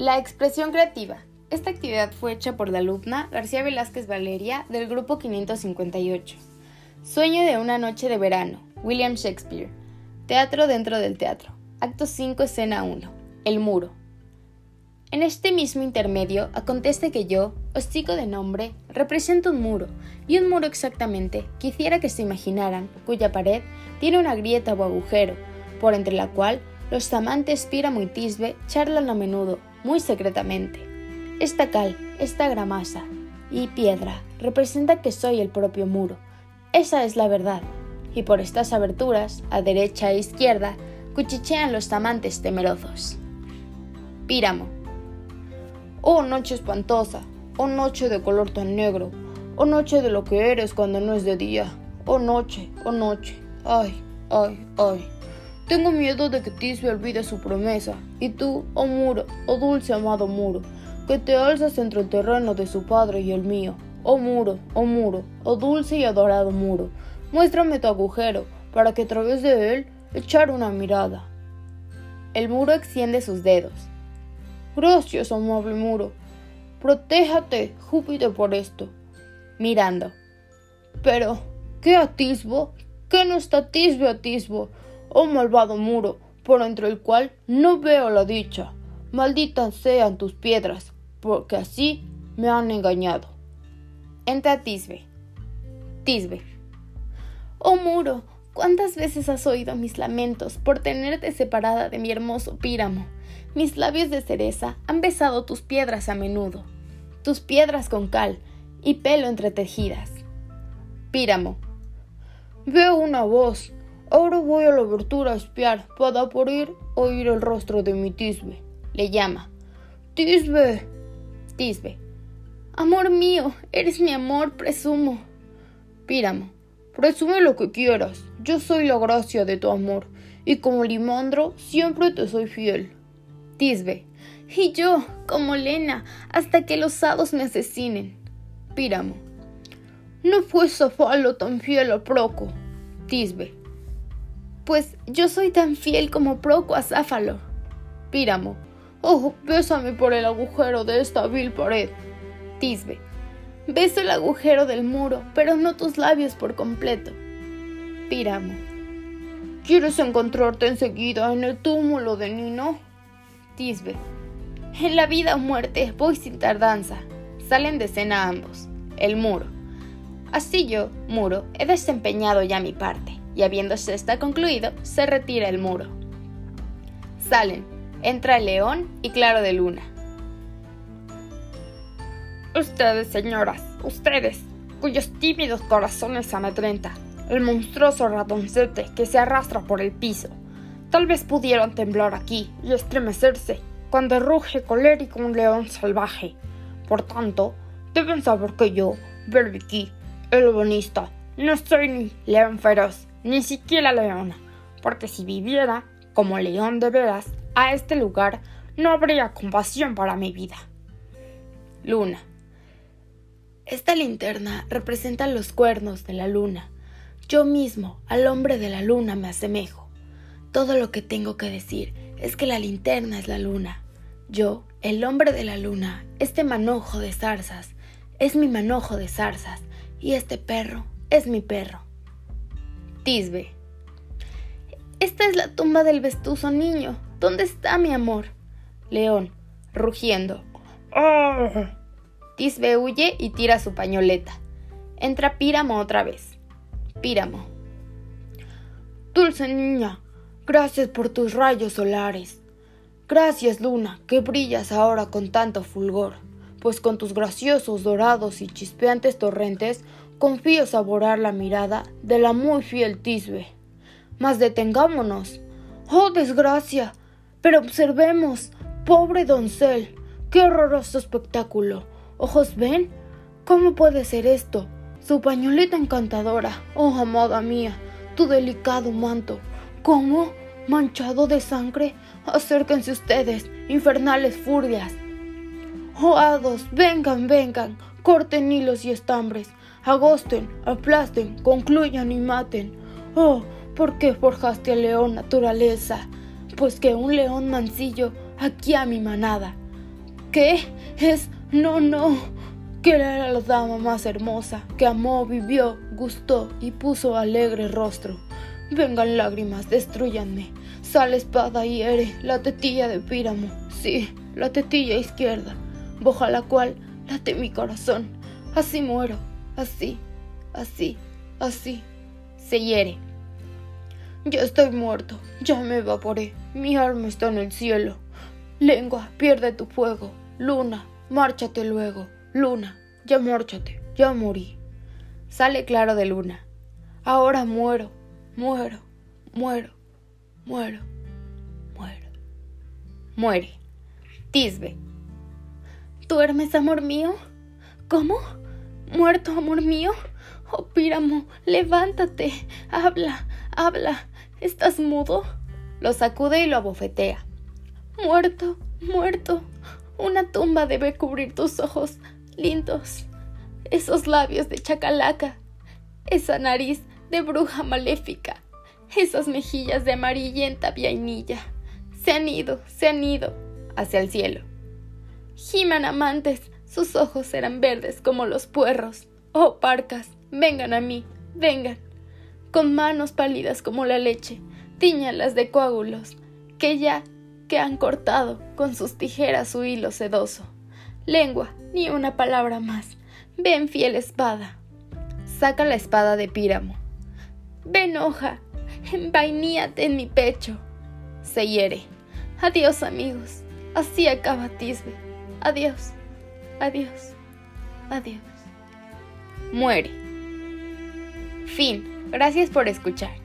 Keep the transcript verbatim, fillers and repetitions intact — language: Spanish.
La expresión creativa. Esta actividad fue hecha por la alumna García Velázquez Valeria del grupo quinientos cincuenta y ocho. Sueño de una noche de verano. William Shakespeare. Teatro dentro del teatro. Acto cinco, escena uno. El muro. En este mismo intermedio acontece que yo, hocico de nombre, represento un muro, y un muro exactamente, quisiera que se imaginaran, cuya pared tiene una grieta o agujero, por entre la cual los amantes Píramo y Tisbe charlan a menudo, muy secretamente. Esta cal, esta gramasa y piedra representa que soy el propio muro. Esa es la verdad, y por estas aberturas, a derecha e izquierda, cuchichean los amantes temerosos. Píramo. Oh noche espantosa, oh noche de color tan negro, oh noche de lo que eres cuando no es de día, oh noche, oh noche, ay, ay, ay. Tengo miedo de que Tisbe olvide su promesa, y tú, oh muro, oh dulce amado muro, que te alzas entre el terreno de su padre y el mío. Oh muro, oh muro, oh dulce y adorado muro, muéstrame tu agujero, para que a través de él echar una mirada. El muro extiende sus dedos. Gracias, amable muro. Protéjate, Júpiter, por esto. Mirando. Pero, ¿qué atisbo? ¿Qué no está Tisbe atisbo? Oh malvado muro, por entre el cual no veo la dicha. Malditas sean tus piedras, porque así me han engañado. Entra Tisbe. Tisbe. Oh muro, ¿cuántas veces has oído mis lamentos por tenerte separada de mi hermoso Píramo? Mis labios de cereza han besado tus piedras a menudo, tus piedras con cal y pelo entretejidas. Píramo. Veo una voz. Ahora voy a la abertura a espiar para por ir oír el rostro de mi Tisbe. Le llama. Tisbe. Tisbe. Amor mío, eres mi amor, presumo. Píramo. Presume lo que quieras. Yo soy la gracia de tu amor, y como Limandro siempre te soy fiel. Tisbe. Y yo, como Lena, hasta que los hados me asesinen. Píramo. No fue Zafalo tan fiel a Proco. Tisbe. Pues yo soy tan fiel como Proco a Záfalo. Píramo. Oh, bésame por el agujero de esta vil pared. Tisbe. Beso el agujero del muro, pero no tus labios por completo. Píramo. ¿Quieres encontrarte enseguida en el túmulo de Nino? Tisbe. En la vida o muerte voy sin tardanza. Salen de escena ambos. El muro. Así yo, muro, he desempeñado ya mi parte, y habiéndose esta concluido, se retira el muro. Salen. Entra el león y Claro de Luna. Ustedes, señoras, ustedes, cuyos tímidos corazones amedrenta el monstruoso ratoncete que se arrastra por el piso, tal vez pudieron temblar aquí y estremecerse cuando ruge colérico un león salvaje. Por tanto, deben saber que yo, Berbiquí, el ebonista, no soy ni león feroz, ni siquiera leona, porque si viviera como león de veras, a este lugar no habría compasión para mi vida. Luna. Esta linterna representa los cuernos de la luna. Yo mismo, al hombre de la luna, me asemejo. Todo lo que tengo que decir es que la linterna es la luna. Yo, el hombre de la luna, este manojo de zarzas, es mi manojo de zarzas, y este perro es mi perro. Tisbe. Esta es la tumba del vestuoso niño. ¿Dónde está mi amor? León, rugiendo. ¡Oh! Tisbe huye y tira su pañoleta. Entra Píramo otra vez. Píramo. Dulce niña, gracias por tus rayos solares. Gracias, luna, que brillas ahora con tanto fulgor, pues con tus graciosos dorados y chispeantes torrentes confío saborar la mirada de la muy fiel Tisbe. Mas detengámonos. ¡Oh, desgracia! Pero observemos, pobre doncel, qué horroroso espectáculo. ¿Ojos ven? ¿Cómo puede ser esto? Su pañoleta encantadora, oh amada mía, tu delicado manto. ¿Cómo? ¿Manchado de sangre? Acérquense ustedes, infernales furias. Oh hados, vengan, vengan, corten hilos y estambres, agosten, aplasten, concluyan y maten. Oh, ¿por qué forjaste al león, naturaleza? Pues que un león mancillo aquí a mi manada. ¿Qué? Es... No, no. Que era la dama más hermosa, que amó, vivió, gustó y puso alegre rostro. Vengan lágrimas, destrúyanme. Sale espada y hiere la tetilla de Píramo. Sí, la tetilla izquierda, boja la cual late mi corazón. Así muero, así, así, así. Se hiere. Ya estoy muerto, ya me evaporé. Mi alma está en el cielo. Lengua, pierde tu fuego. Luna, márchate luego. Luna, ya márchate, ya morí. Sale claro de luna. Ahora muero, muero, muero, muero, muero. Muere. Tisbe. ¿Duermes, amor mío? ¿Cómo? ¿Muerto, amor mío? Oh, Píramo, levántate. Habla, habla. ¿Estás mudo? Lo sacude y lo abofetea. Muerto, muerto. Una tumba debe cubrir tus ojos lindos. Esos labios de chacalaca. Esa nariz de bruja maléfica. Esas mejillas de amarillenta vainilla. Se han ido, se han ido hacia el cielo. Giman amantes, sus ojos eran verdes como los puerros. Oh, parcas, vengan a mí, vengan. Con manos pálidas como la leche, tíñalas de coágulos, que ya que han cortado con sus tijeras su hilo sedoso. Lengua, ni una palabra más. Ven, fiel espada. Saca la espada de Píramo. Ven, hoja, envainíate en mi pecho. Se hiere. Adiós, amigos. Así acaba Tisbe. Adiós, adiós, adiós. Muere. Fin. Gracias por escuchar.